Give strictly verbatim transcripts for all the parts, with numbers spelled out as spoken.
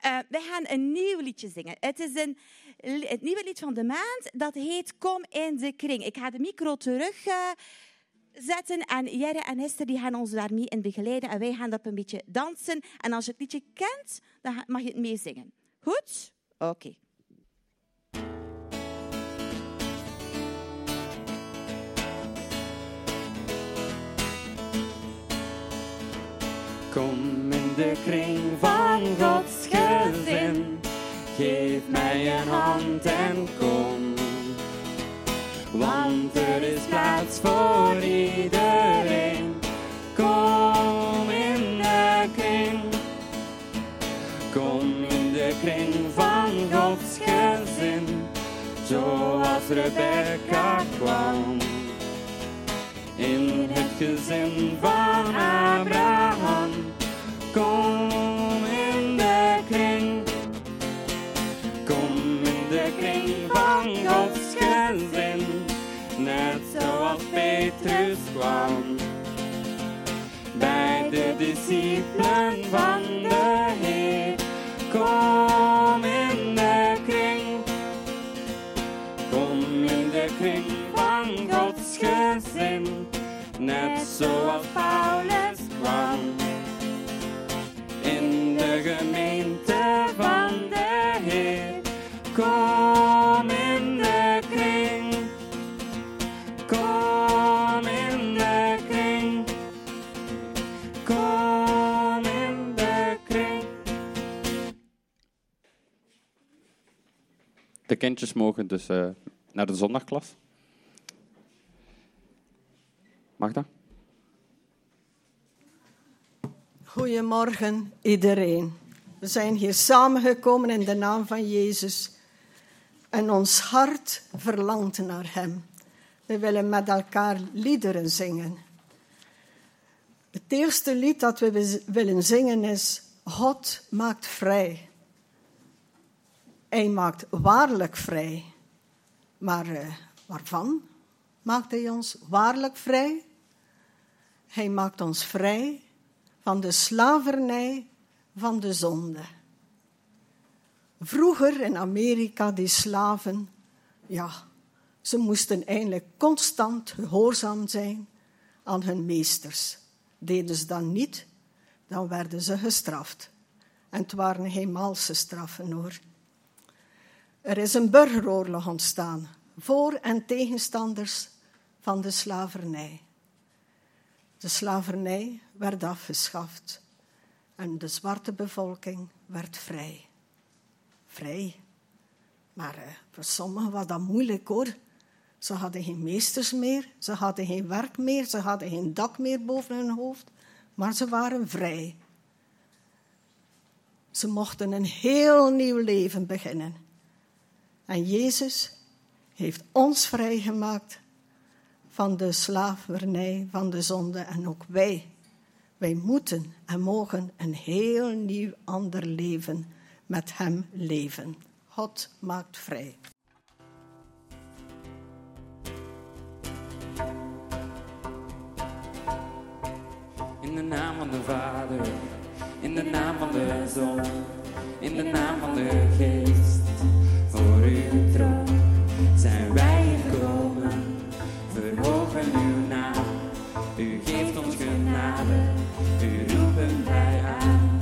Uh, we gaan een nieuw liedje zingen. Het is een, het nieuwe lied van de maand. Dat heet Kom in de kring. Ik ga de micro terug uh, zetten. En Jerre en Hester die gaan ons daarmee in begeleiden. En wij gaan dat een beetje dansen. En als je het liedje kent, dan mag je het meezingen. Goed? Oké. Okay. Kom in de kring van Gods gezin, geef mij een hand en kom. Want er is plaats voor iedereen. Kom in de kring. Kom in de kring van Gods gezin, zoals Rebecca kwam. In het gezin van Abraham. Kom in de kring. Kom in de kring van Gods gezin, net zoals Petrus kwam. Bij de discipelen van de Heer. Kom in de kring. Kom in de kring van Gods gezin, net zoals Paulus kwam. In de gemeente van de Heer. Kom in de kring. Kom in de kring. Kom in de kring. De kindjes mogen dus uh, naar de zondagklas. Magda? Goedemorgen iedereen. We zijn hier samengekomen in de naam van Jezus. En ons hart verlangt naar Hem. We willen met elkaar liederen zingen. Het eerste lied dat we willen zingen is God maakt vrij. Hij maakt waarlijk vrij. Maar uh, waarvan maakt Hij ons waarlijk vrij? Hij maakt ons vrij van de slavernij van de zonde. Vroeger in Amerika, die slaven, ja, ze moesten eigenlijk constant gehoorzaam zijn aan hun meesters. Deden ze dat niet, dan werden ze gestraft. En het waren hemelse straffen, hoor. Er is een burgeroorlog ontstaan, voor- en tegenstanders van de slavernij. De slavernij werd afgeschaft en de zwarte bevolking werd vrij. Vrij. Maar uh, voor sommigen was dat moeilijk, hoor. Ze hadden geen meesters meer, ze hadden geen werk meer, ze hadden geen dak meer boven hun hoofd, maar ze waren vrij. Ze mochten een heel nieuw leven beginnen. En Jezus heeft ons vrijgemaakt van de slavernij, van de zonde. En ook wij, wij moeten en mogen een heel nieuw ander leven met Hem leven. God maakt vrij. In de naam van de Vader, in de naam van de Zoon, in de naam van de Geest, voor uw troon zijn wij gekomen. Verhogen uw naam, u geeft ons genade, u roepen wij aan.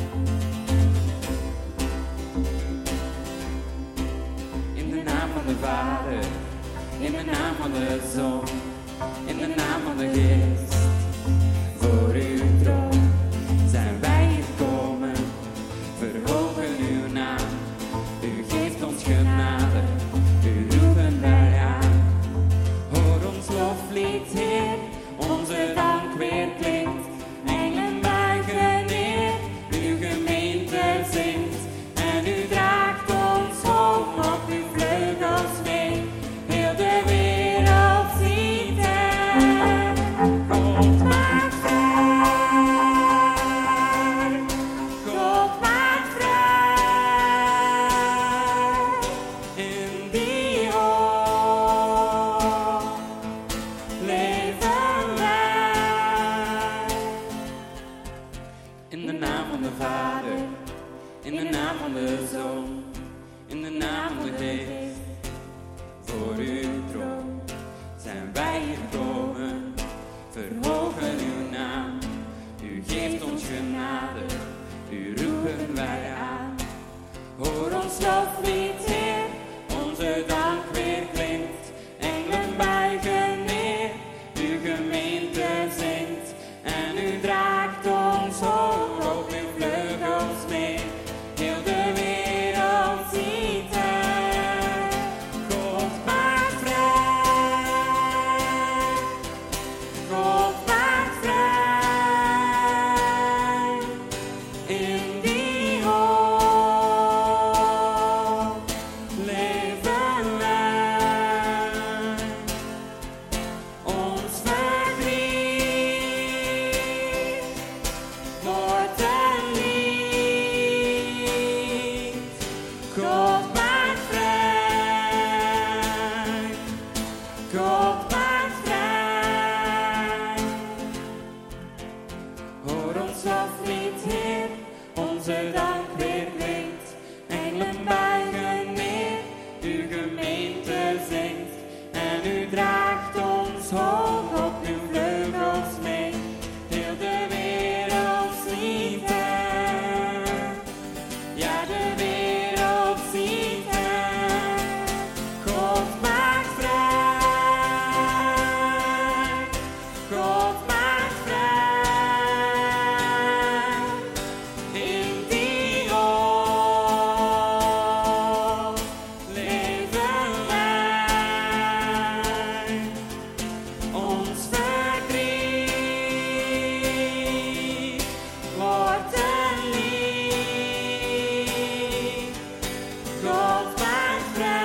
In de naam van de Vader, in de naam van de Zoon, in de naam van de Geest, voor uw troon zijn wij gekomen. Verhogen uw naam, u geeft ons genade, u roepen wij aan. Hoor ons loflied, Heer, onze dank weer klinkt. Engelen buigen neer, uw gemeente zingt. En u draagt ons hoog op uw vleugels mee. Heel de wereld ziet hem. van de zon, in de naam van de Geest. Voor uw troon zijn wij gekomen, verhogen uw naam. U geeft ons genade, u roepen wij aan. Hoor ons loflied, Heer, onze dank weer klinkt. Engelen buigen neer, uw gemeente zingt. En u draagt ons hoog op uw vleugels mee. Heel de wereld ziet het, God maakt vrij. God maakt vrij. In die hoop leven wij. Ons verdriet wordt een lied. God maakt vrij. God maakt vrij. Hoor ons loflied, Heer, onze dank weer klinkt. Engelen buigen neer, uw gemeente zingt. En u draagt ons hoog op uw vleugels mee. Heel de wereld ziet het. Ja, de wereld ziet het. God maakt vrij. God maakt vrij. In die hoop leven wij. Ons verdriet wordt een lied. God maakt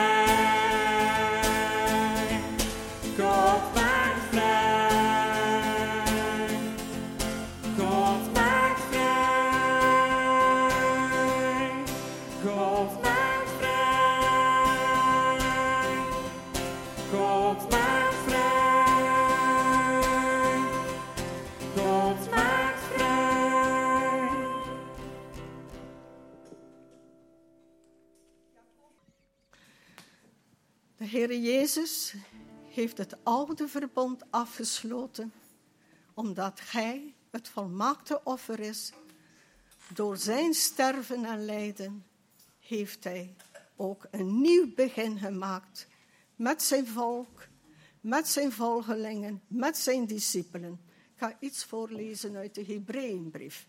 vrij. God maakt vrij. God maakt vrij. God maakt vrij. God maakt vrij. God maakt vrij. De Heer Jezus heeft het oude verbond afgesloten, omdat Hij het volmaakte offer is. Door zijn sterven en lijden heeft Hij ook een nieuw begin gemaakt met zijn volk, met zijn volgelingen, met zijn discipelen. Ik ga iets voorlezen uit de Hebreeënbrief.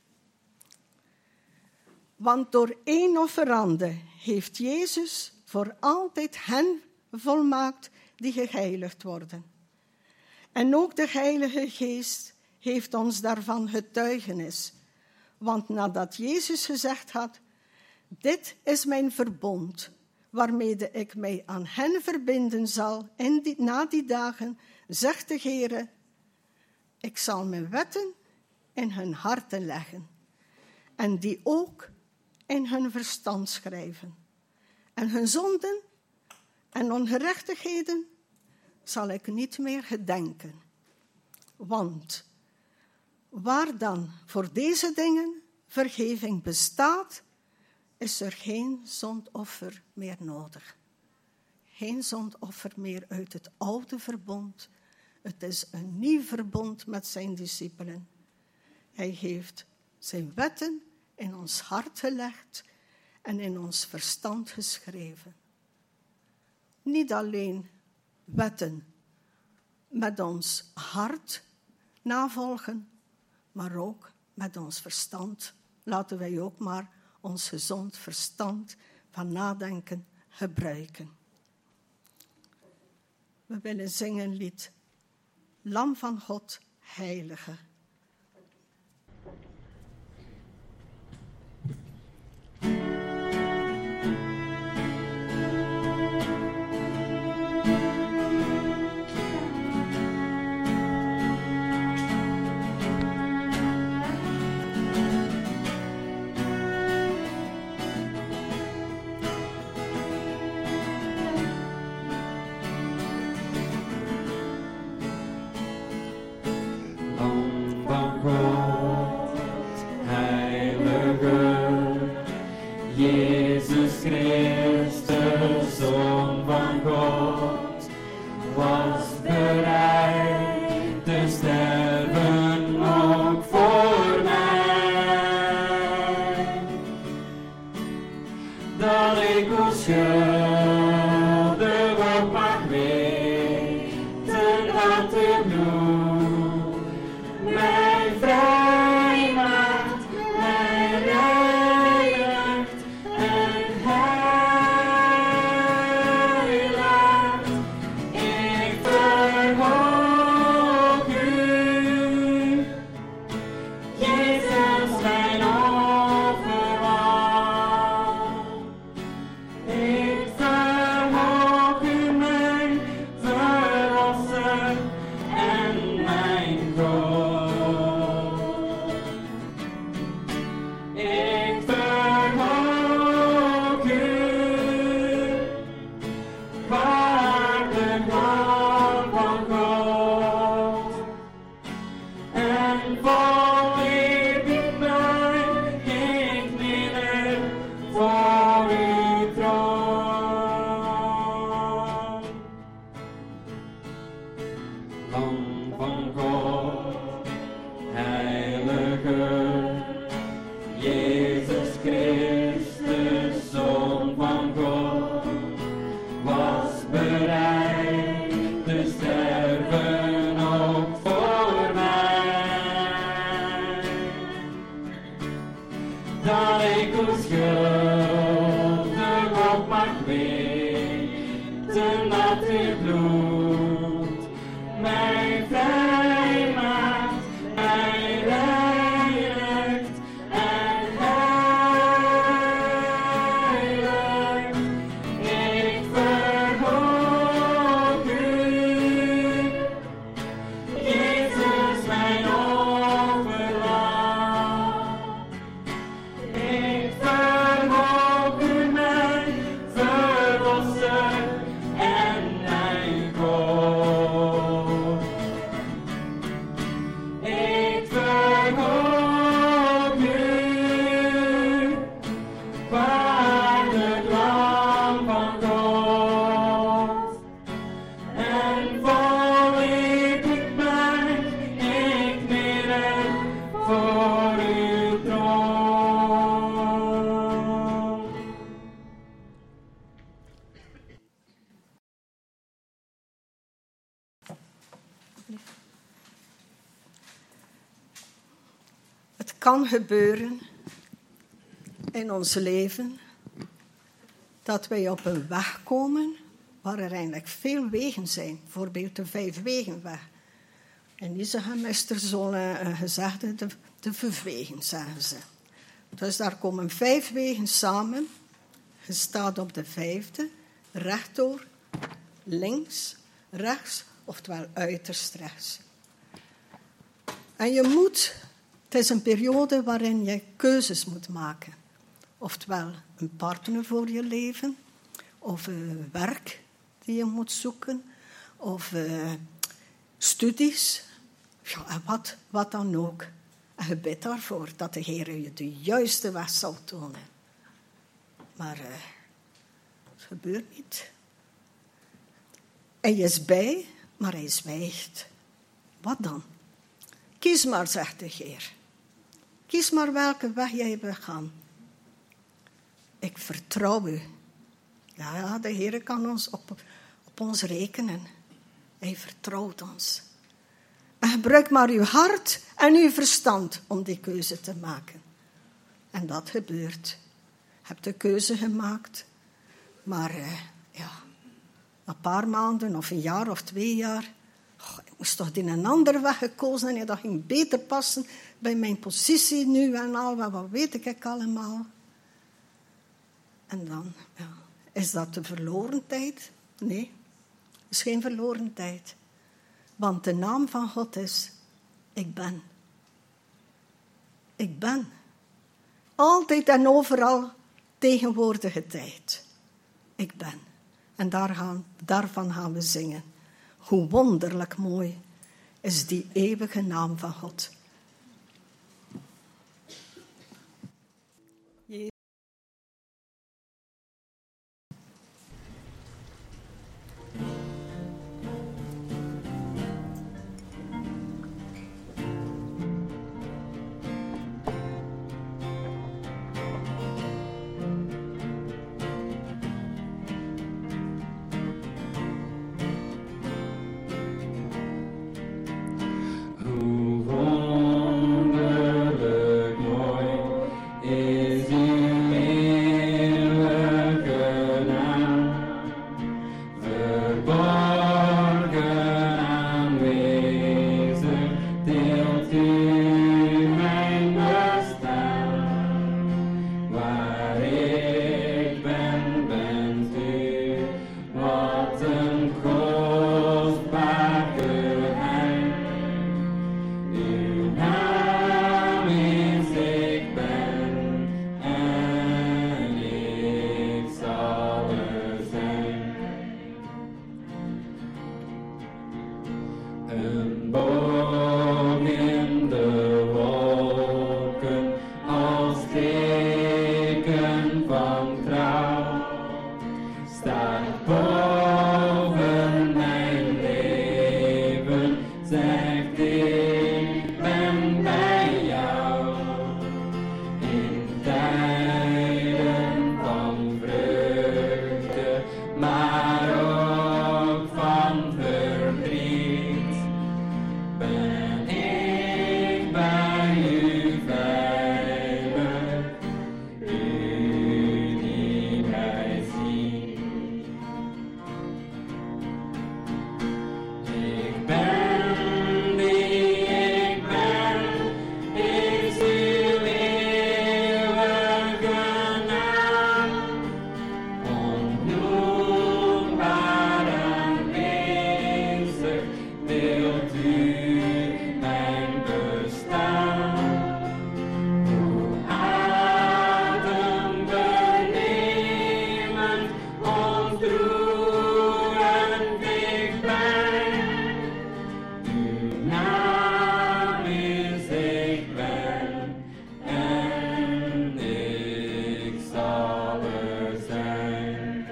Want door één offerande heeft Jezus voor altijd hen volmaakt die geheiligd worden. En ook de Heilige Geest heeft ons daarvan getuigenis. Want nadat Jezus gezegd had, dit is mijn verbond, waarmede ik mij aan hen verbinden zal in die, na die dagen, zegt de Heere, ik zal mijn wetten in hun harten leggen en die ook in hun verstand schrijven. En hun zonden en ongerechtigheden zal ik niet meer gedenken. Want waar dan voor deze dingen vergeving bestaat, is er geen zondoffer meer nodig. Geen zondoffer meer uit het oude verbond. Het is een nieuw verbond met zijn discipelen. Hij heeft zijn wetten in ons hart gelegd en in ons verstand geschreven. Niet alleen wetten met ons hart navolgen, maar ook met ons verstand. Laten wij ook maar ons gezond verstand van nadenken gebruiken. We willen zingen een lied. Lam van God, Heilige. Lam Jezus Christus, Zoon van God, was bereid te sterven ook voor mij. Dat ik onschuldig ook mag weten dat het bloed mij vrij maakt, mij reinigt en heiligt. Ik verhoog u, Jezus mijn overal. Ik verhoog u, mijn verlosser en mijn God. Ik verhoog u, waardig Lam van God. En vol eeuwigheid ik neder voor uw troon. Lam van God, heilige Jezus Christus, Zoon van God, was bereid te sterven ook voor mij. Dat ik onschuldig ook mag weten dat uw bloed mij vrij maakt, mij reinigt en heiligt. Ik verhoog u, Jezus mijn overal. Ik verhoog u, mijn verlosser en mijn God. Ik verhoog u, waardig Lam van God. En vol eeuwigheid ik neder voor uw troon. Het kan gebeuren in ons leven dat wij op een weg komen waar er eigenlijk veel wegen zijn. Bijvoorbeeld de Vijfwegenweg. En Isegem is er zo'n uh, gezegde, de, de vijf wegen, zeggen ze. Dus daar komen vijf wegen samen. Je staat op de vijfde, rechtdoor, links, rechts, oftewel uiterst rechts. En je moet, het is een periode waarin je keuzes moet maken. Oftewel een partner voor je leven, of uh, werk die je moet zoeken, of uh, studies, ja, en wat, wat dan ook. En je bidt daarvoor dat de Heer je de juiste weg zal tonen. Maar uh, het gebeurt niet. Hij is bij, maar hij zwijgt. Wat dan? Kies maar, zegt de Heer. Kies maar welke weg jij wil gaan. Ik vertrouw u. Ja, ja, de Heer kan ons op, op ons rekenen. Hij vertrouwt ons. En gebruik maar uw hart en uw verstand om die keuze te maken. En dat gebeurt. Je hebt de keuze gemaakt. Maar uh, ja, een paar maanden of een jaar of twee jaar... Oh, ik moest toch in een andere weg gekozen en dat ging beter passen bij mijn positie nu en al. Wat weet ik allemaal. En dan, ja, is dat de verloren tijd? Nee, het is geen verloren tijd. Want de naam van God is, ik ben. Ik ben. Altijd en overal tegenwoordige tijd. Ik ben. En daar gaan, daarvan gaan we zingen. Hoe wonderlijk mooi is die eeuwige naam van God. van trouw staat boven mijn leven, zegt ik ben bij jou. In tijden van vreugde, maar ook van verdriet, ben ik bij u veilig, u die mij ziet. Ik ben die ik ben, is uw eeuwige naam, onnoembaar aanwezig, deelt u mijn bestaan. Hoe adembenemend, ontroerend dichtbij. Uw naam is ik ben en ik zal er zijn.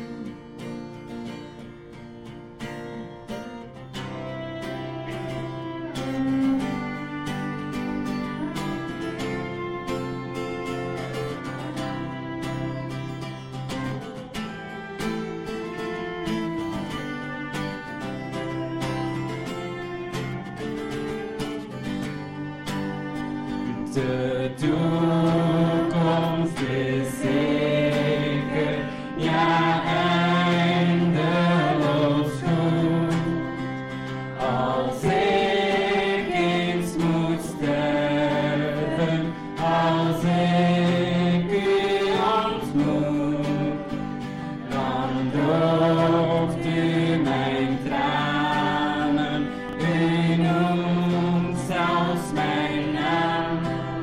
De toekomst is zeker, ja eindeloos goed. Als ik eens moet sterven, als ik u ontmoet, dan droogt u mijn tranen, u noemt zelfs mijn naam.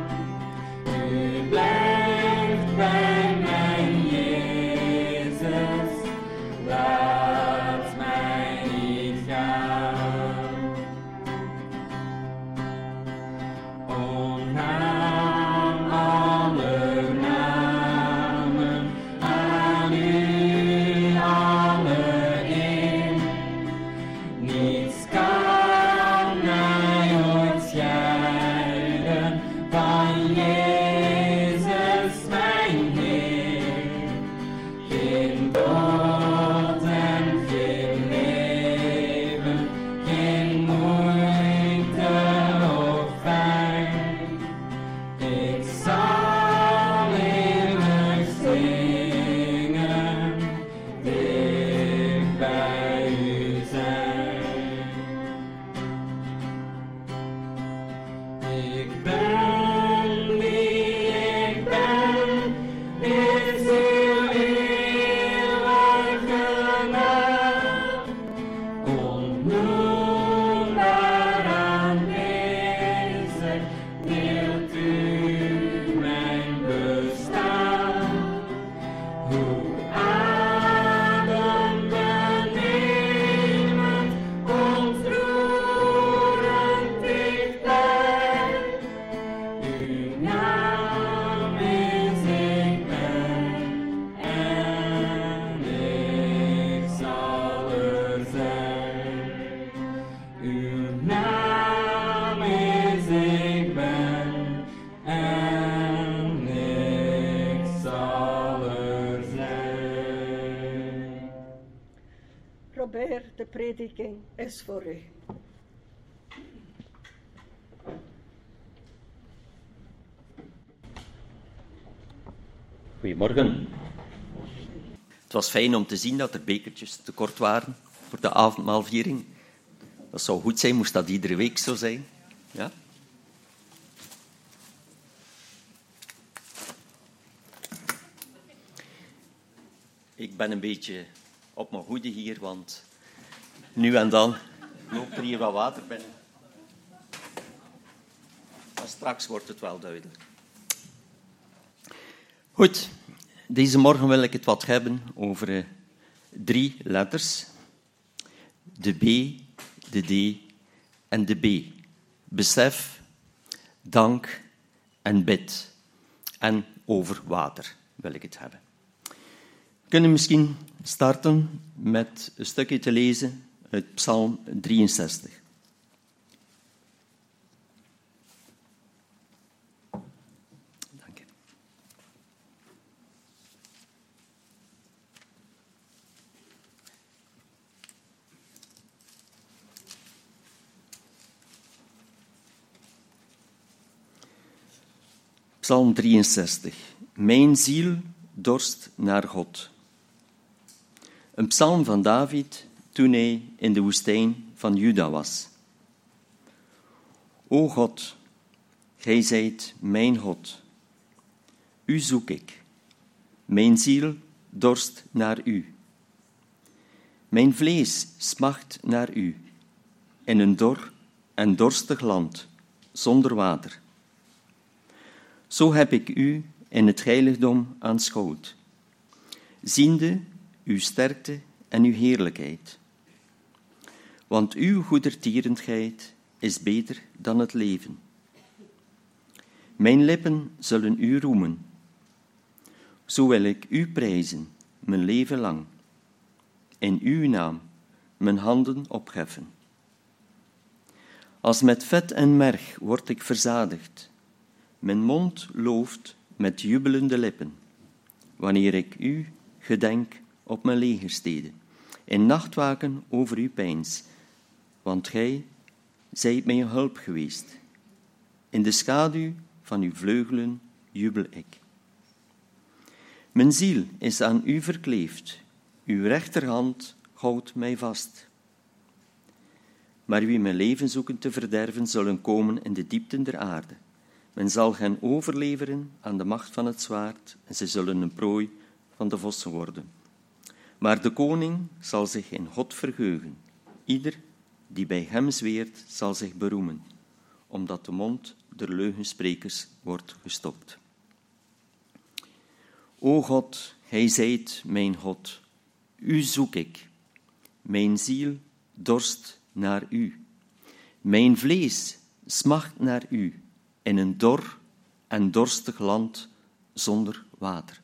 U blijft bij mij, Jezus, laat mij niet gaan. O naam aller namen, aan u alle eer. Niets kan mij ooit scheiden van Jezus mijn Heer. Geen dood en geen leven, geen moeite of pijn. Ik zal eeuwig zingen, dicht bij u zijn. Ik ben wie ik ben, is uw eeuwige naam, onnoembaar aanwezig, deelt u mijn bestaan. Hoe adembenemend, ontroerend dichtbij. Uw naam is ik ben en ik zal er zijn. Uw naam is ik ben en ik zal er zijn. Robert, de prediking is voor u. Goedemorgen. Het was fijn om te zien dat er bekertjes tekort waren voor de avondmaalviering. Dat zou goed zijn, moest dat iedere week zo zijn. Ja? Ik ben een beetje op mijn hoede hier, want nu en dan loopt er hier wat water binnen. Maar straks wordt het wel duidelijk. Goed, deze morgen wil ik het wat hebben over uh, drie letters. De B, de D en de B. Besef, dank en bid. En over water. wil ik het hebben. We kunnen misschien starten met een stukje te lezen uit Psalm drieënzestig. Dank je. Psalm drieënzestig. Mijn ziel dorst naar God. Een psalm van David toen hij in de woestijn van Juda was. O God, gij zijt mijn God. U zoek ik. Mijn ziel dorst naar u. Mijn vlees smacht naar u, in een dor en dorstig land, zonder water. Zo heb ik u in het heiligdom aanschouwd, ziende uw sterkte en uw heerlijkheid. Want uw goedertierenheid is beter dan het leven. Mijn lippen zullen u roemen. Zo wil ik u prijzen, mijn leven lang. In uw naam mijn handen opheffen. Als met vet en merg word ik verzadigd. Mijn mond looft met jubelende lippen, wanneer ik u gedenk op mijn legersteden, in nachtwaken over uw peins, want gij zijt mijn hulp geweest. In de schaduw van uw vleugelen jubel ik. Mijn ziel is aan u verkleefd, uw rechterhand houdt mij vast. Maar wie mijn leven zoeken te verderven, zullen komen in de diepten der aarde. Men zal hen overleveren aan de macht van het zwaard en ze zullen een prooi van de vossen worden. Maar de koning zal zich in God verheugen. Ieder die bij hem zweert, zal zich beroemen, omdat de mond der leugensprekers wordt gestopt. O God, gij zijt mijn God. U zoek ik. Mijn ziel dorst naar u. Mijn vlees smacht naar u. In een dor en dorstig land zonder water.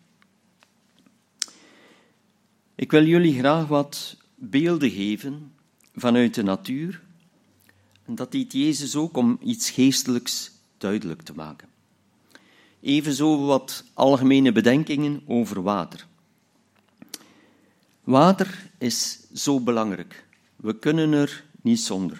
Ik wil jullie graag wat beelden geven vanuit de natuur. En dat deed Jezus ook om iets geestelijks duidelijk te maken. Evenzo wat algemene bedenkingen over water. Water is zo belangrijk. We kunnen er niet zonder.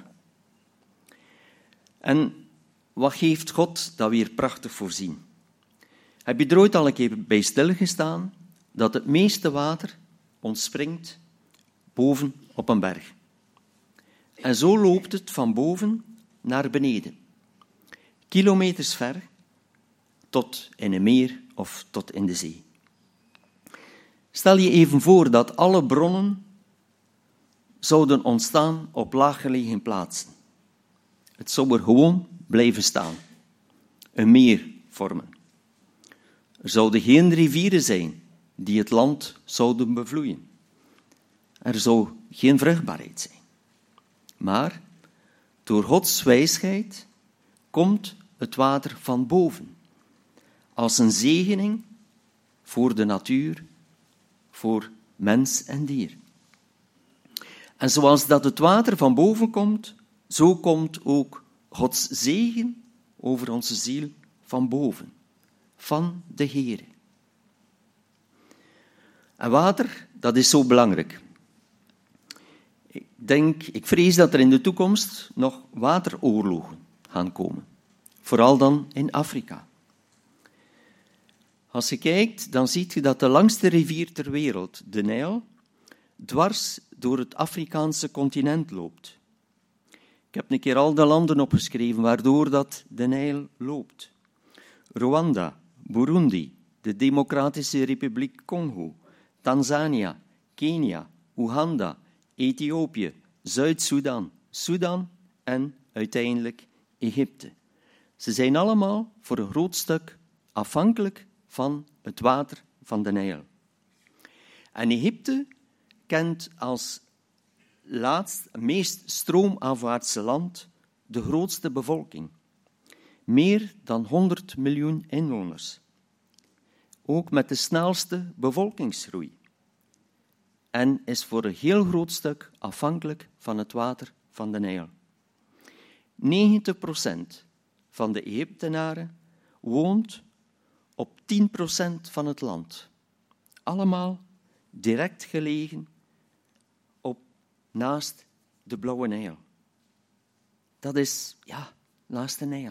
En wat geeft God dat weer prachtig voorzien? Heb je er ooit al een keer bij stilgestaan dat het meeste water ontspringt boven op een berg? En zo loopt het van boven naar beneden. Kilometers ver tot in een meer of tot in de zee. Stel je even voor dat alle bronnen zouden ontstaan op laaggelegen plaatsen. Het zou er gewoon blijven staan. Een meer vormen. Er zouden geen rivieren zijn die het land zouden bevloeien. Er zou geen vruchtbaarheid zijn. Maar door Gods wijsheid komt het water van boven. Als een zegening voor de natuur, voor mens en dier. En zoals dat het water van boven komt, zo komt ook Gods zegen over onze ziel van boven, van de Heere. En water, dat is zo belangrijk. Ik denk, ik vrees dat er in de toekomst nog wateroorlogen gaan komen. Vooral dan in Afrika. Als je kijkt, dan zie je dat de langste rivier ter wereld, de Nijl, dwars door het Afrikaanse continent loopt. Ik heb een keer al de landen opgeschreven waardoor dat de Nijl loopt. Rwanda, Burundi, de Democratische Republiek Congo, Tanzania, Kenia, Oeganda, Ethiopië, Zuid-Soedan, Sudan en uiteindelijk Egypte. Ze zijn allemaal voor een groot stuk afhankelijk van het water van de Nijl. En Egypte kent als laatst, meest stroomafwaartse land de grootste bevolking. Meer dan honderd miljoen inwoners. ook met de snelste bevolkingsgroei en is voor een heel groot stuk afhankelijk van het water van de Nijl. negentig procent van de Egyptenaren woont op tien procent van het land. Allemaal direct gelegen op, naast de Blauwe Nijl. Dat is, ja, naast de Nijl.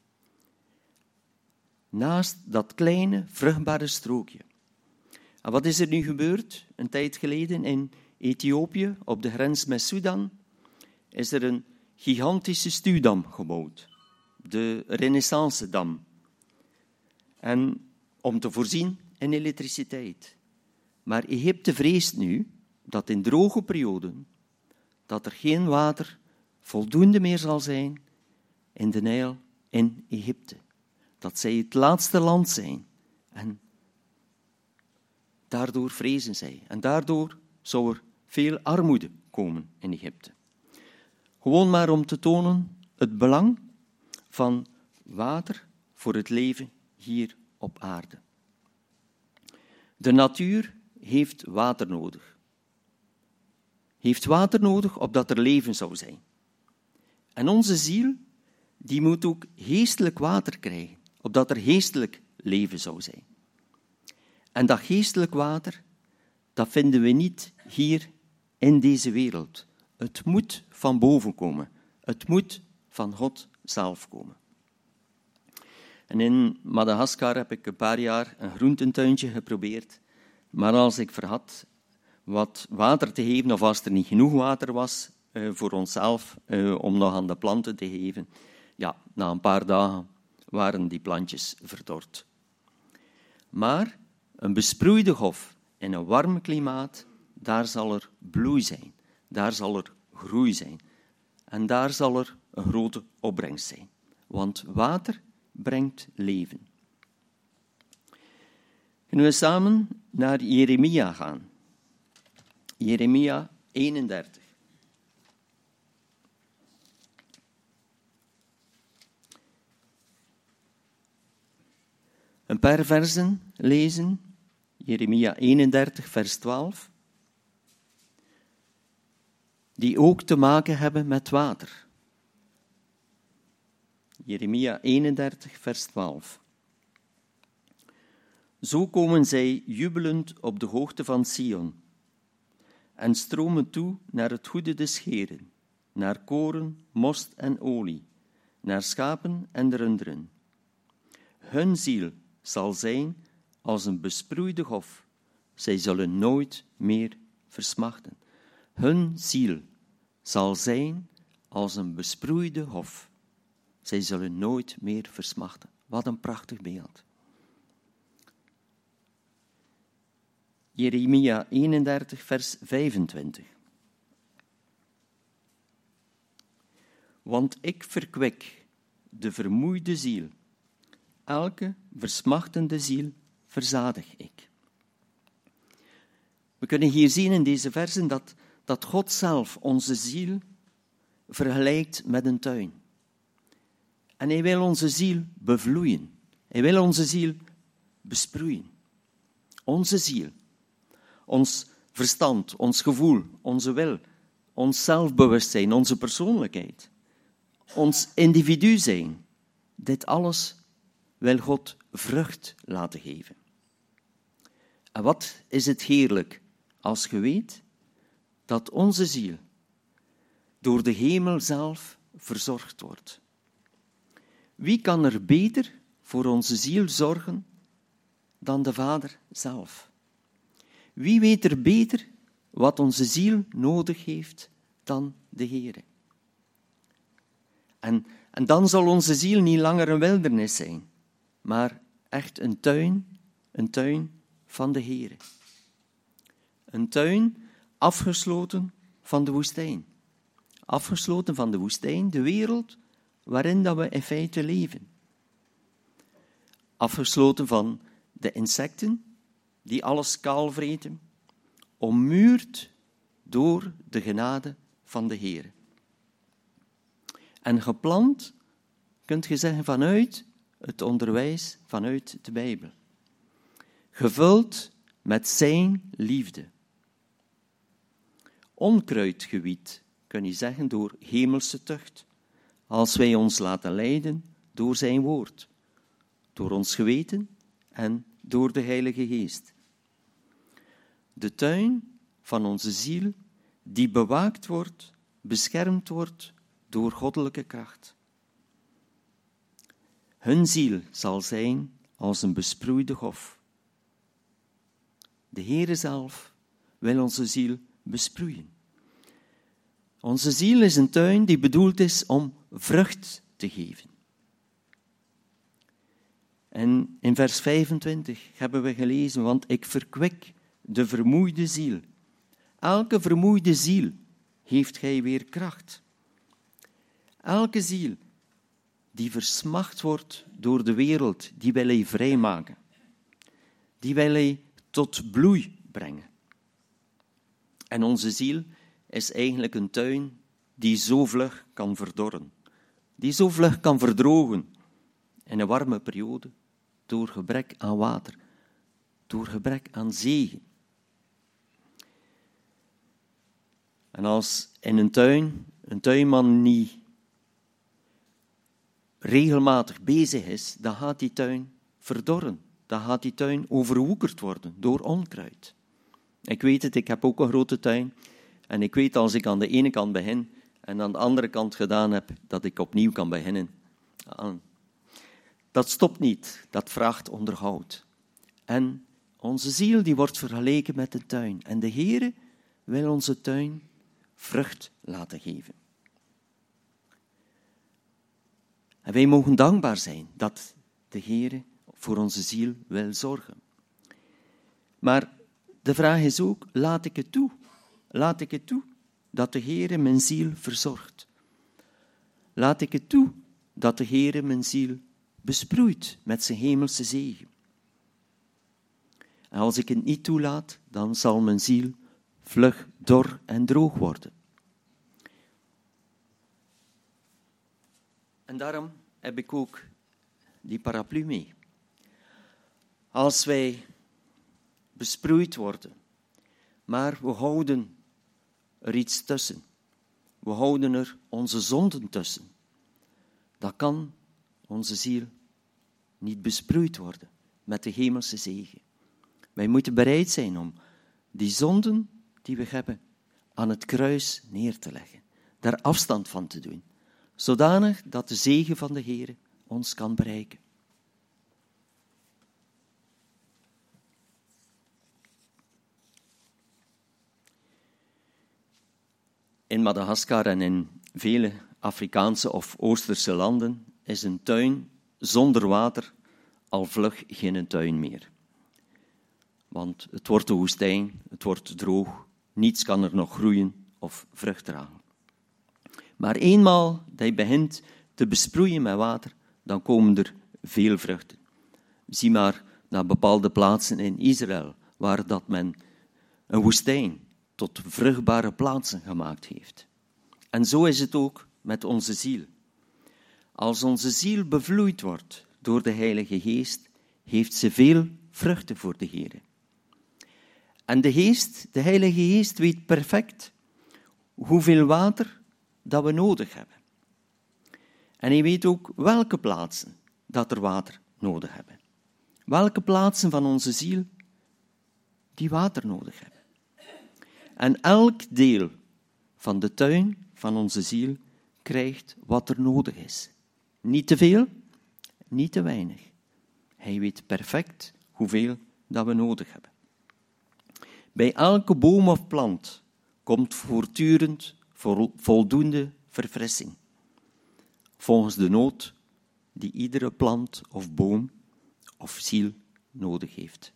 Naast dat kleine, vruchtbare strookje. En wat is er nu gebeurd? Een tijd geleden in Ethiopië, op de grens met Sudan, is er een gigantische stuwdam gebouwd. De Renaissance-dam. En om te voorzien in elektriciteit. Maar Egypte vreest nu dat in droge perioden dat er geen water voldoende meer zal zijn in de Nijl in Egypte. Dat zij het laatste land zijn. En daardoor vrezen zij. En daardoor zou er veel armoede komen in Egypte. Gewoon maar om te tonen het belang van water voor het leven hier op aarde. De natuur heeft water nodig. Heeft water nodig opdat er leven zou zijn. En onze ziel, die moet ook geestelijk water krijgen, opdat er geestelijk leven zou zijn. En dat geestelijk water, dat vinden we niet hier in deze wereld. Het moet van boven komen. Het moet van God zelf komen. En in Madagaskar heb ik een paar jaar een groententuintje geprobeerd. Maar als ik verhad wat water te geven, of als er niet genoeg water was uh, voor onszelf uh, om nog aan de planten te geven, ja, na een paar dagen waren die plantjes verdord. Maar een besproeide hof in een warm klimaat, daar zal er bloei zijn. Daar zal er groei zijn. En daar zal er een grote opbrengst zijn. Want water brengt leven. Kunnen we samen naar Jeremia gaan? Jeremia eenendertig. Een paar versen lezen. Jeremia eenendertig, vers twaalf. Die ook te maken hebben met water. Jeremia eenendertig, vers twaalf. Zo komen zij jubelend op de hoogte van Sion en stromen toe naar het goede des Heeren, naar koren, most en olie, naar schapen en runderen. Hun ziel zal zijn als een besproeide hof. Zij zullen nooit meer versmachten. Hun ziel zal zijn als een besproeide hof. Zij zullen nooit meer versmachten. Wat een prachtig beeld. Jeremia eenendertig, vers vijfentwintig. Want ik verkwik de vermoeide ziel. Elke versmachtende ziel verzadig ik. We kunnen hier zien in deze versen dat, dat God zelf onze ziel vergelijkt met een tuin. En hij wil onze ziel bevloeien. Hij wil onze ziel besproeien. Onze ziel. Ons verstand, ons gevoel, onze wil, ons zelfbewustzijn, onze persoonlijkheid. Ons individu zijn. Dit alles wil God vrucht laten geven. En wat is het heerlijk als je weet dat onze ziel door de hemel zelf verzorgd wordt. Wie kan er beter voor onze ziel zorgen dan de Vader zelf? Wie weet er beter wat onze ziel nodig heeft dan de Heere? En, en dan zal onze ziel niet langer een wildernis zijn, maar echt een tuin, een tuin van de Heere. Een tuin afgesloten van de woestijn. Afgesloten van de woestijn, de wereld waarin dat we in feite leven. Afgesloten van de insecten die alles kaal vreten, ommuurd door de genade van de Heer. En geplant, kunt je zeggen, vanuit het onderwijs, vanuit de Bijbel. gevuld met zijn liefde. Onkruidgebied, kun je zeggen, door hemelse tucht, als wij ons laten leiden door zijn woord, door ons geweten en door de Heilige Geest. De tuin van onze ziel die bewaakt wordt, beschermd wordt door goddelijke kracht. Hun ziel zal zijn als een besproeide hof. De Heere zelf wil onze ziel besproeien. Onze ziel is een tuin die bedoeld is om vrucht te geven. En in vers vijfentwintig hebben we gelezen, want ik verkwik de vermoeide ziel. Elke vermoeide ziel heeft gij weer kracht. Elke ziel die versmacht wordt door de wereld, die wil hij vrijmaken. Die wil hij tot bloei brengen. En onze ziel is eigenlijk een tuin die zo vlug kan verdorren. Die zo vlug kan verdrogen in een warme periode door gebrek aan water, door gebrek aan zegen. En als in een tuin een tuinman niet regelmatig bezig is, dan gaat die tuin verdorren. Dan gaat die tuin overwoekerd worden door onkruid. Ik weet het, ik heb ook een grote tuin. En ik weet als ik aan de ene kant begin en aan de andere kant gedaan heb, dat ik opnieuw kan beginnen. Dat stopt niet, dat vraagt onderhoud. En onze ziel die wordt vergeleken met een tuin. En de Heere wil onze tuin vrucht laten geven. En wij mogen dankbaar zijn dat de Heere voor onze ziel wil zorgen. Maar de vraag is ook, laat ik het toe? Laat ik het toe dat de Heere mijn ziel verzorgt? Laat ik het toe dat de Heere mijn ziel besproeit met zijn hemelse zegen? En als ik het niet toelaat, dan zal mijn ziel vlug dor en droog worden. En daarom heb ik ook die paraplu mee. Als wij besproeid worden, maar we houden er iets tussen, we houden er onze zonden tussen, dan kan onze ziel niet besproeid worden met de hemelse zegen. Wij moeten bereid zijn om die zonden die we hebben aan het kruis neer te leggen, daar afstand van te doen, zodanig dat de zegen van de Heere ons kan bereiken. In Madagaskar en in vele Afrikaanse of Oosterse landen is een tuin zonder water al vlug geen tuin meer. Want het wordt de woestijn, het wordt droog, niets kan er nog groeien of vrucht dragen. Maar eenmaal dat je begint te besproeien met water, dan komen er veel vruchten. Zie maar naar bepaalde plaatsen in Israël, waar dat men een woestijn tot vruchtbare plaatsen gemaakt heeft. En zo is het ook met onze ziel. Als onze ziel bevloeid wordt door de Heilige Geest, heeft ze veel vruchten voor de Heere. En de Geest, de Heilige Geest, weet perfect hoeveel water dat we nodig hebben. En hij weet ook welke plaatsen dat er water nodig hebben. Welke plaatsen van onze ziel die water nodig hebben. En elk deel van de tuin van onze ziel krijgt wat er nodig is. Niet te veel, niet te weinig. Hij weet perfect hoeveel dat we nodig hebben. Bij elke boom of plant komt voortdurend voldoende verfrissing, volgens de nood die iedere plant of boom of ziel nodig heeft.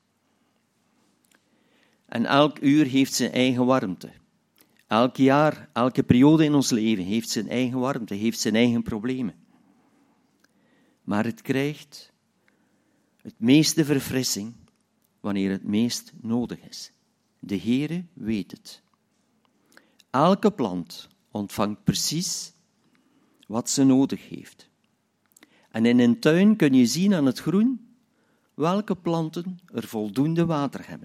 En elk uur heeft zijn eigen warmte. Elk jaar, elke periode in ons leven heeft zijn eigen warmte, heeft zijn eigen problemen. Maar het krijgt het meeste verfrissing wanneer het meest nodig is. De Heere weet het. Elke plant ontvangt precies wat ze nodig heeft. En in een tuin kun je zien aan het groen welke planten er voldoende water hebben.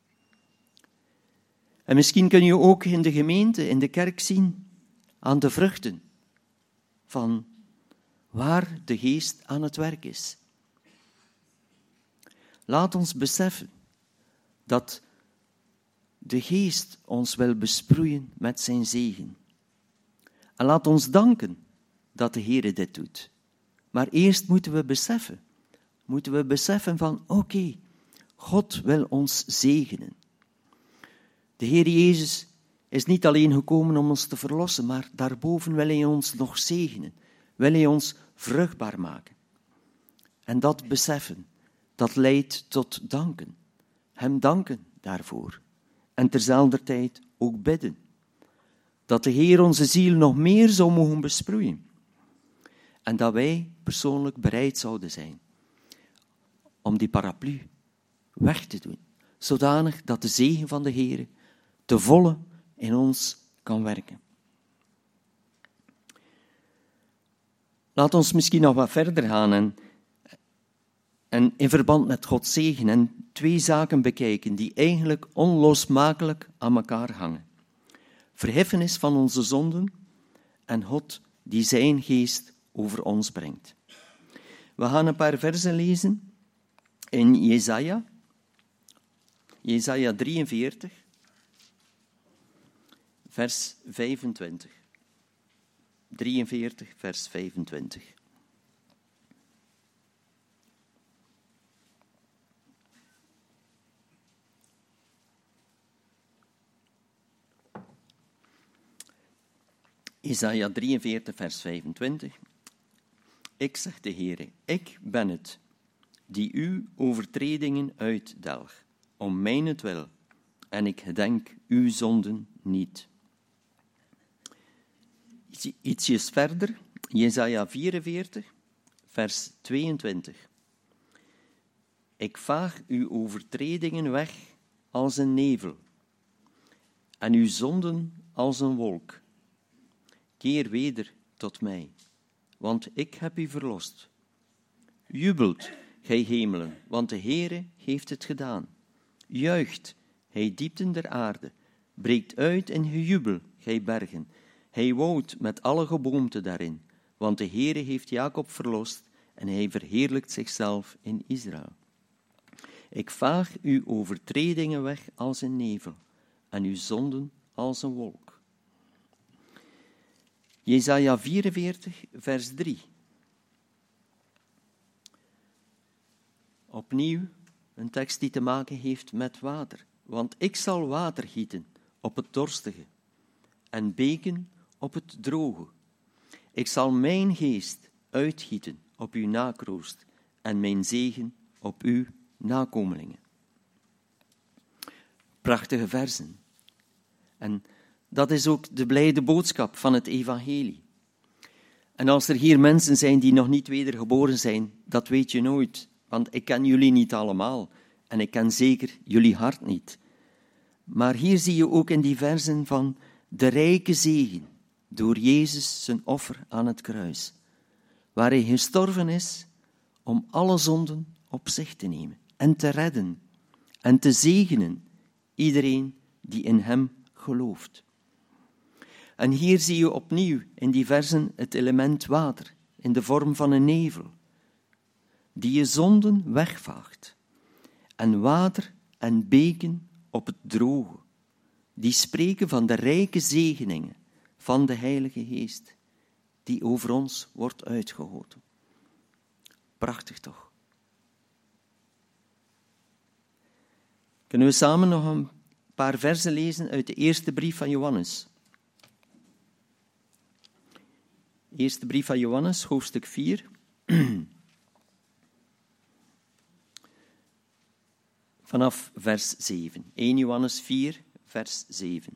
En misschien kun je ook in de gemeente, in de kerk zien, aan de vruchten van waar de Geest aan het werk is. Laat ons beseffen dat de Geest ons wil besproeien met zijn zegen. En laat ons danken dat de Heer dit doet. Maar eerst moeten we beseffen, moeten we beseffen van, oké, okay, God wil ons zegenen. De Heer Jezus is niet alleen gekomen om ons te verlossen, maar daarboven wil Hij ons nog zegenen, wil Hij ons vruchtbaar maken. En dat beseffen, dat leidt tot danken. Hem danken daarvoor. En terzelfde tijd ook bidden. Dat de Heer onze ziel nog meer zou mogen besproeien. En dat wij persoonlijk bereid zouden zijn om die paraplu weg te doen. Zodanig dat de zegen van de Heer te volle in ons kan werken. Laat ons misschien nog wat verder gaan en, en in verband met Gods zegen en twee zaken bekijken die eigenlijk onlosmakelijk aan elkaar hangen. Verheffenis van onze zonden en God die zijn geest over ons brengt. We gaan een paar versen lezen in Jesaja, Jesaja drieënveertig, vers vijfentwintig. drieënveertig, vers vijfentwintig. Jesaja drieënveertig, vers vijfentwintig. Ik, zegt de Heere, ik ben het, die uw overtredingen uitdelg, om mijnentwil, en ik gedenk uw zonden niet. Ietsjes verder, Jesaja vierenveertig, vers tweeëntwintig. Ik vaag uw overtredingen weg als een nevel, en uw zonden als een wolk. Keer weder tot mij, want ik heb u verlost. Jubelt, gij hemelen, want de Heere heeft het gedaan. Juicht, gij diepten der aarde, breekt uit in gejubel, gij bergen. Hij woont met alle geboomte daarin, want de Heere heeft Jacob verlost en hij verheerlijkt zichzelf in Israël. Ik vaag uw overtredingen weg als een nevel en uw zonden als een wolk. Jesaja vierenveertig, vers drie. Opnieuw een tekst die te maken heeft met water. Want ik zal water gieten op het dorstige en beken op het droge. Ik zal mijn geest uitgieten op uw nakroost en mijn zegen op uw nakomelingen. Prachtige versen. En dat is ook de blijde boodschap van het evangelie. En als er hier mensen zijn die nog niet wedergeboren zijn, dat weet je nooit, want ik ken jullie niet allemaal en ik ken zeker jullie hart niet. Maar hier zie je ook in die versen van de rijke zegen door Jezus zijn offer aan het kruis, waar hij gestorven is om alle zonden op zich te nemen en te redden en te zegenen iedereen die in hem gelooft. En hier zie je opnieuw in die versen het element water in de vorm van een nevel, die je zonden wegvaagt. En water en beken op het droge, die spreken van de rijke zegeningen van de Heilige Geest, die over ons wordt uitgegoten. Prachtig toch? Kunnen we samen nog een paar versen lezen uit de eerste brief van Johannes? Eerste brief van Johannes, hoofdstuk vier. Vanaf vers zeven. eerste Johannes vier, vers zeven.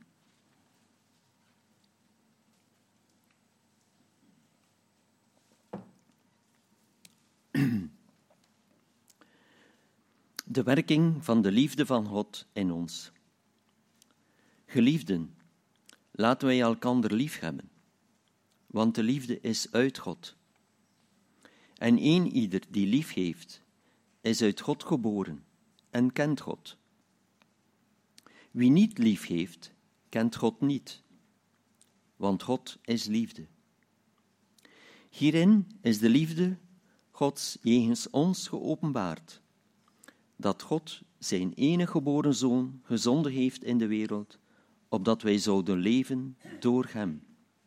De werking van de liefde van God in ons. Geliefden, laten wij elkander lief hebben, want de liefde is uit God. En een ieder die lief heeft, is uit God geboren en kent God. Wie niet lief heeft, kent God niet, want God is liefde. Hierin is de liefde Gods jegens ons geopenbaard, dat God zijn enige geboren Zoon gezonden heeft in de wereld, opdat wij zouden leven door hem.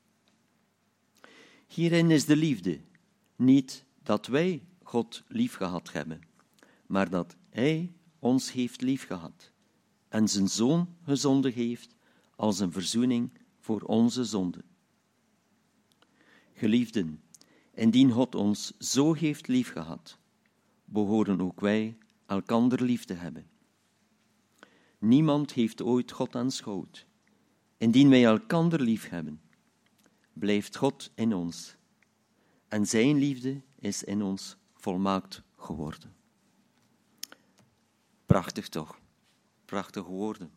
Hierin is de liefde, niet dat wij God liefgehad hebben, maar dat hij ons heeft liefgehad en zijn Zoon gezonden heeft als een verzoening voor onze zonden. Geliefden, indien God ons zo heeft liefgehad, behoren ook wij elkander lief te hebben. Niemand heeft ooit God aanschouwd. Indien wij elkander lief hebben, blijft God in ons en zijn liefde is in ons volmaakt geworden. Prachtig toch? Prachtige woorden.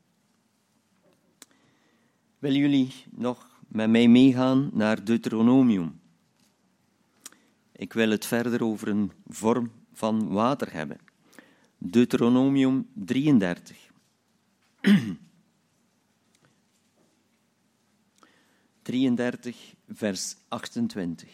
Willen jullie nog met mij meegaan naar Deuteronomium? Ik wil het verder over een vorm van water hebben. Deuteronomium drieëndertig. drieëndertig, vers achtentwintig.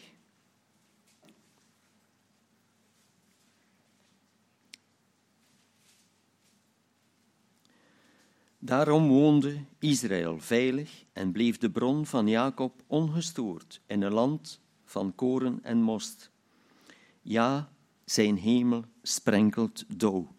Daarom woonde Israël veilig en bleef de bron van Jacob ongestoord in een land van koren en most. Ja, zijn hemel sprenkelt dauw.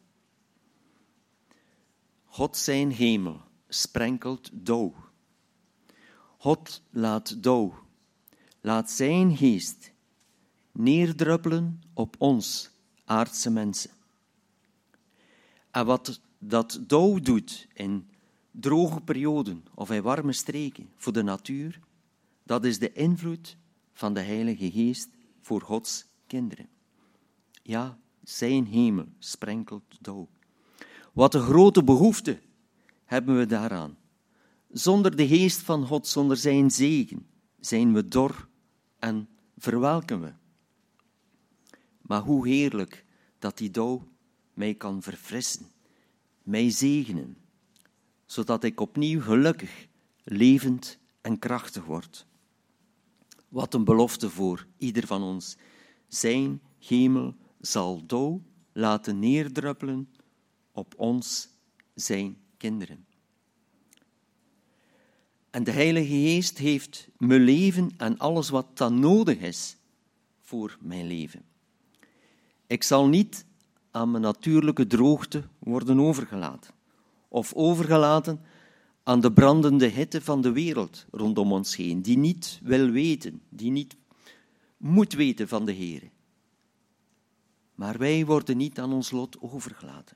God zijn hemel sprenkelt dauw. God laat dauw, laat zijn geest neerdruppelen op ons, aardse mensen. En wat dat dauw doet in droge perioden of in warme streken voor de natuur, dat is de invloed van de Heilige Geest voor Gods kinderen. Ja, zijn hemel sprenkelt dauw. Wat een grote behoefte hebben we daaraan. Zonder de geest van God, zonder zijn zegen, zijn we dor en verwelken we. Maar hoe heerlijk dat die dauw mij kan verfrissen, mij zegenen, zodat ik opnieuw gelukkig, levend en krachtig word. Wat een belofte voor ieder van ons. Zijn hemel zal dauw laten neerdruppelen op ons, zijn kinderen. En de Heilige Geest heeft mijn leven en alles wat dan nodig is voor mijn leven. Ik zal niet aan mijn natuurlijke droogte worden overgelaten. Of overgelaten aan de brandende hitte van de wereld rondom ons heen, die niet wil weten, die niet moet weten van de Heere. Maar wij worden niet aan ons lot overgelaten.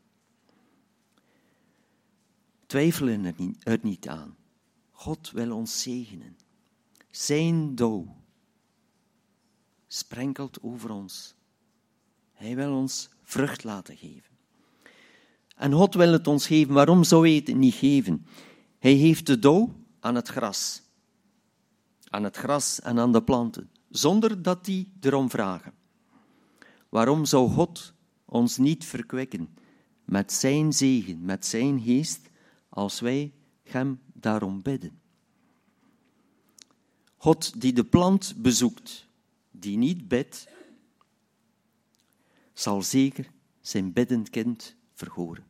Twijfelen er niet, er niet aan. God wil ons zegenen. Zijn dauw sprenkelt over ons. Hij wil ons vrucht laten geven. En God wil het ons geven. Waarom zou hij het niet geven? Hij heeft de dauw aan het gras. Aan het gras en aan de planten. Zonder dat die erom vragen. Waarom zou God ons niet verkwekken met zijn zegen, met zijn geest, als wij hem daarom bidden? God die de plant bezoekt, die niet bidt, zal zeker zijn biddend kind verhoren.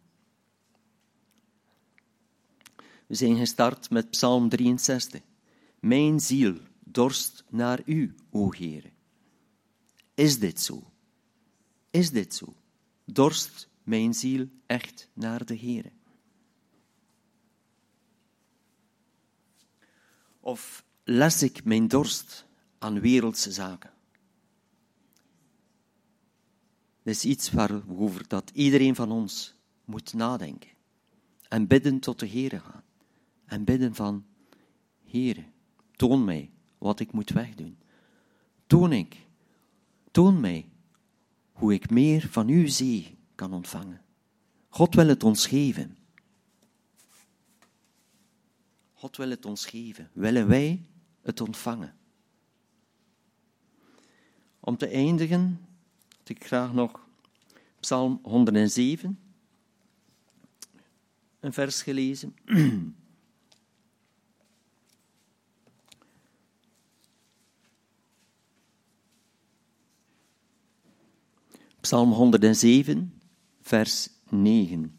We zijn gestart met Psalm drieënzestig. Mijn ziel dorst naar u, o Heere. Is dit zo? Is dit zo? Dorst mijn ziel echt naar de Heere? Of les ik mijn dorst aan wereldse zaken? Dat is iets waarover dat iedereen van ons moet nadenken. En bidden tot de Heere gaan. En bidden van, Heere, toon mij wat ik moet wegdoen. Toon ik, toon mij hoe ik meer van uw zegen kan ontvangen. God wil het ons geven. God wil het ons geven. Willen wij het ontvangen? Om te eindigen, had ik graag nog Psalm honderdzeven, een vers gelezen. Psalm honderdzeven, vers negen.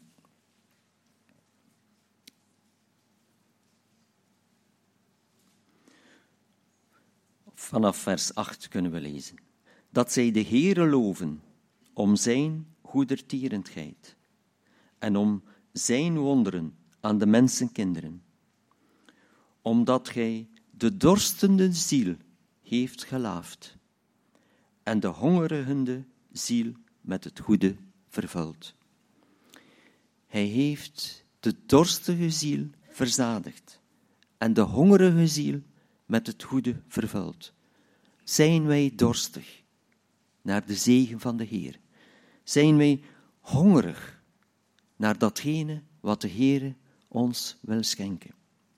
Vanaf vers acht kunnen we lezen. Dat zij de Heere loven om zijn goedertierenheid en om zijn wonderen aan de mensenkinderen. Omdat gij de dorstende ziel heeft gelaafd en de hongerige ziel met het goede vervuld. Hij heeft de dorstige ziel verzadigd en de hongerige ziel met het goede vervuld. Zijn wij dorstig naar de zegen van de Heer? Zijn wij hongerig naar datgene wat de Heer ons wil schenken?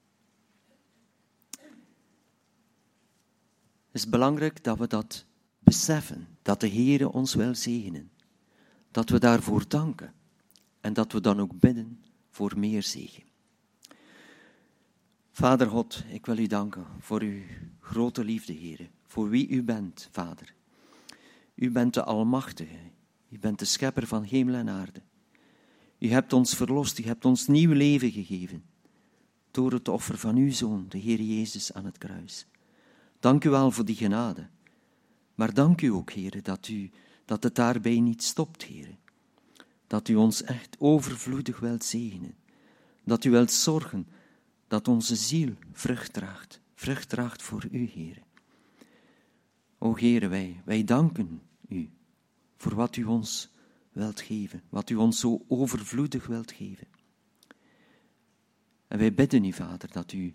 Het is belangrijk dat we dat beseffen, dat de Heer ons wil zegenen. Dat we daarvoor danken en dat we dan ook bidden voor meer zegen. Vader God, ik wil u danken voor uw grote liefde, Heer, voor wie u bent, Vader. U bent de Almachtige, u bent de Schepper van hemel en aarde. U hebt ons verlost, u hebt ons nieuw leven gegeven, door het offer van uw Zoon, de Heer Jezus, aan het kruis. Dank u wel voor die genade, maar dank u ook, Heer, dat, u, dat het daarbij niet stopt, Heer. Dat u ons echt overvloedig wilt zegenen, dat u wilt zorgen dat onze ziel vrucht draagt, vrucht draagt voor u, Heer. O Heer, wij, wij danken u voor wat u ons wilt geven, wat u ons zo overvloedig wilt geven. En wij bidden u, Vader, dat u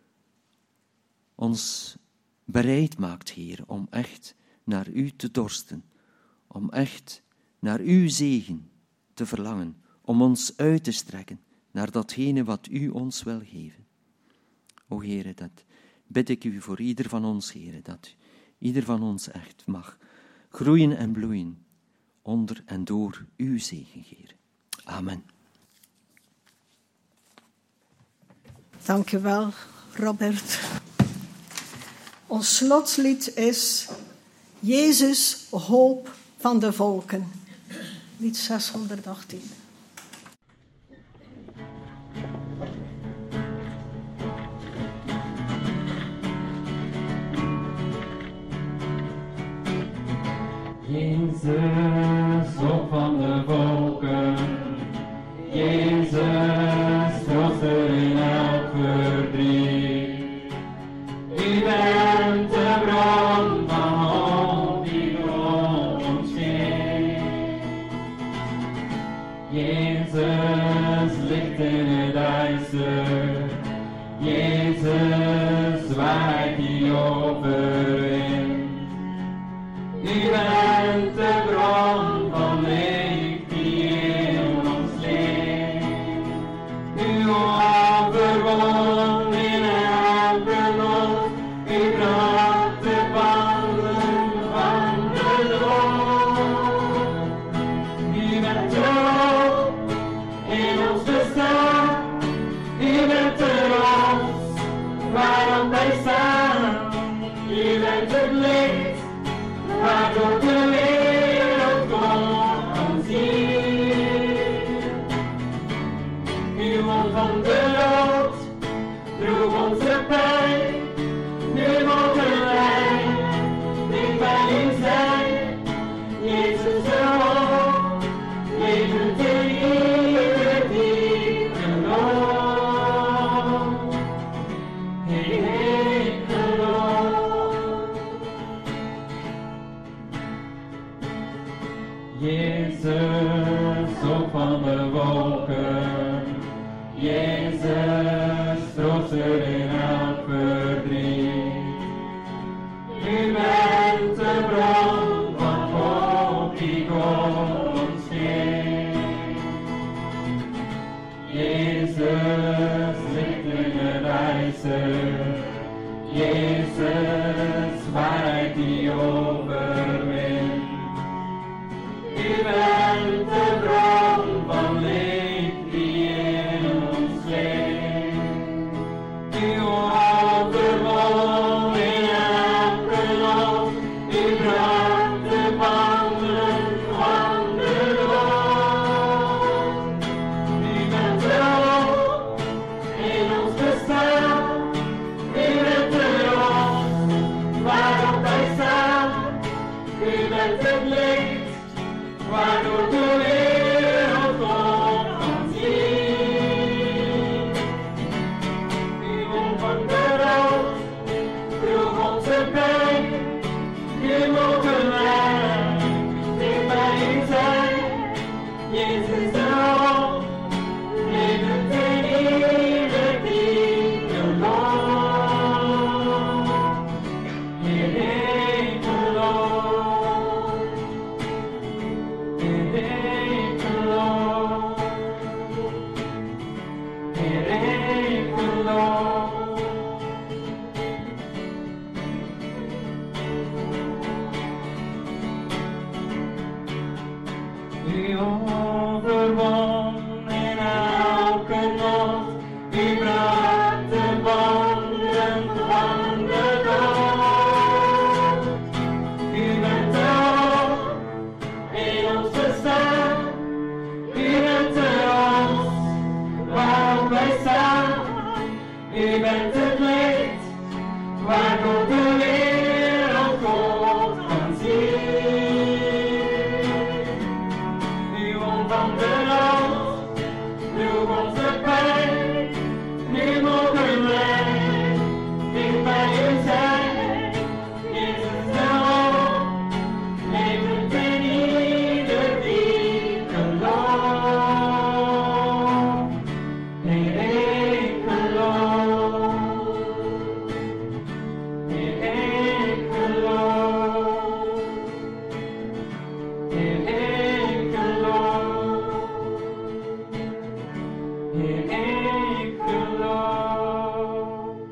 ons bereid maakt, Heer, om echt naar u te dorsten, om echt naar uw zegen te verlangen, om ons uit te strekken naar datgene wat u ons wil geven. O Heere, dat bid ik u voor ieder van ons, Heere, dat ieder van ons echt mag groeien en bloeien onder en door uw zegen, Heere. Amen. Dank je wel, Robert. Ons slotslied is Jezus, hoop van de volken. Lied zeshonderdachttien. Jezus, hoop van de volken, Jezus, trooster in elk verdriet. U bent de bron van hoop die voor ons geeft. Jezus, licht in het ijzer, Jezus, waarheid die overwint. U bent de bron van licht die in ons leeft. U overwon in elke nood. U bracht de banden van de dood. U bent de hoop in ons bestaan. U bent de rots waarop wij staan. U bent het licht waardoor de wereld kon zien. U won van de dood, droeg onze pijn. Nu mogen wij dicht bij u zijn. Jezus de hoop, leven de liefde die gelooft. Hey, hey, geloof. Jezus, hoop van de wolken, Jezus, trooster in elk verdriet. U bent de bron van hoop die God ons geeft. Jezus, licht in het ijzer, Jezus, waarheid die overwint. U bent U bent het licht, waardoor de wereld God kan zien. U won van de dood, droeg onze pijn, nu mogen wij dicht bij u zijn. Jezus de hoop, levend in ieder die gelooft. Heer, ik geloof. Heer, ik geloof. Heer, ik geloof. Heer, ik geloof.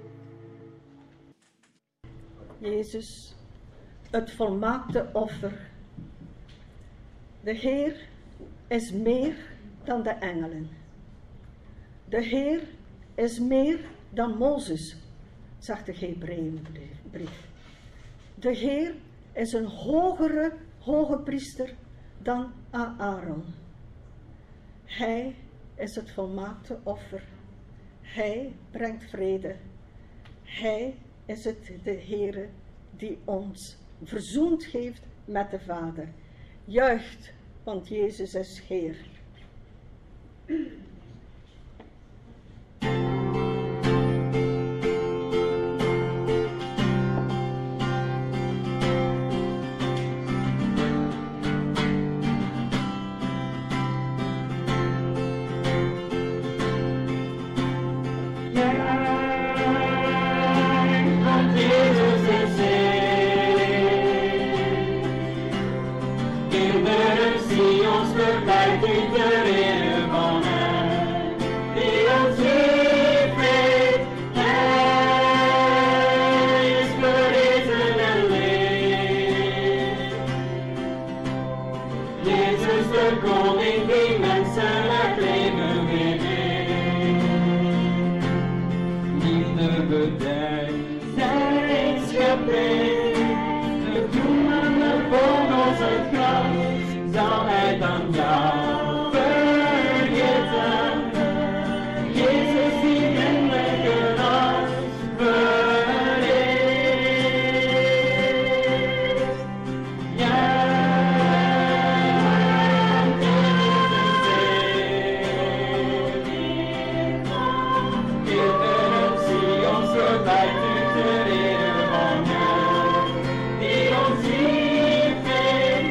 Jezus, het volmaakte offer. De Heer is meer dan de engelen. De Heer is meer dan Mozes, zegt de Hebreeënbrief. De Heer is een hogere hoge priester dan Aaron. Hij is het volmaakte offer. Hij brengt vrede. Hij is het de Heere die ons verzoend heeft met de Vader. Juicht, want Jezus is Heer. Want Jezus is Heer. Kinderen, zie ons verblijd u te eren van Hem, die ons lief heeft. Hij is verrezen en leeft. Jezus de koning die menselijk leven weer heeft. Liefde bedijkt zijn schepping, de bloemen, de vogels, het gras, zal hij dan jou vergeten? Jezus die vriendelijke hart verleest. Ja, kinderen, zie ons verblijd u te eren van Hem, die ons lief heeft.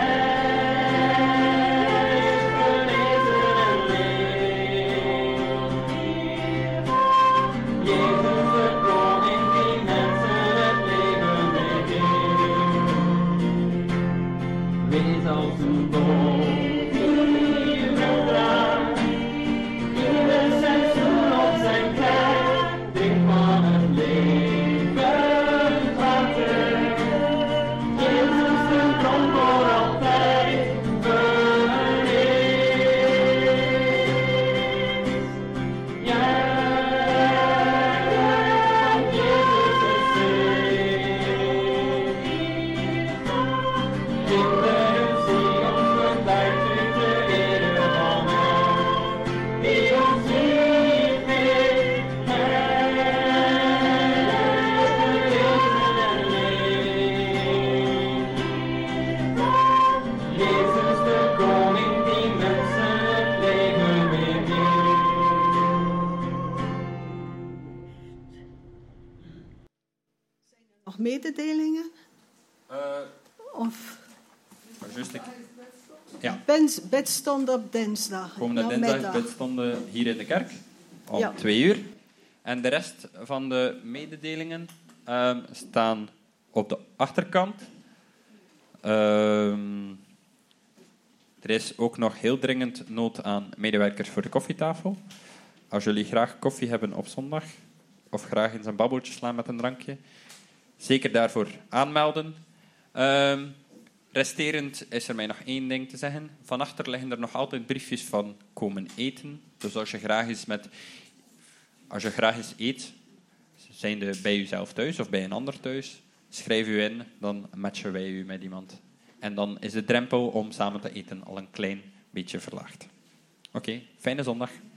Hij is verrezen en leeft. Jezus de koning die mensen het leven begeeft. Wees als een boom die verdraagt, ieder seizoen op zijn plek, drink van het levenswater. Jezus de bron voor altijd verleest. Ja, want Jezus is Heer. Kinderen, zie ons verblijd u te eren van Hem, die ons lief heeft. Hij is verrezen en leeft. Jezus de koning die mensen het leven weer geeft. Nog mededelingen? Of Juist, ik. Ja, bens- bedstond op dinsdag? komende namiddag. dinsdag bedstonden hier in de kerk om Ja. twee uur. En de rest van de mededelingen ehm, staan op de achterkant. Ehm, er is ook nog heel dringend nood aan medewerkers voor de koffietafel. Als jullie graag koffie hebben op zondag, of graag eens een babbeltje slaan met een drankje, zeker daarvoor aanmelden. Ehm, resterend is er mij nog één ding te zeggen. Van achter liggen er nog altijd briefjes van komen eten. Dus als je graag eens, met, als je graag eens eet, zijnde bij jezelf thuis of bij een ander thuis, schrijf u in, dan matchen wij u met iemand. En dan is de drempel om samen te eten al een klein beetje verlaagd. Oké, fijne zondag.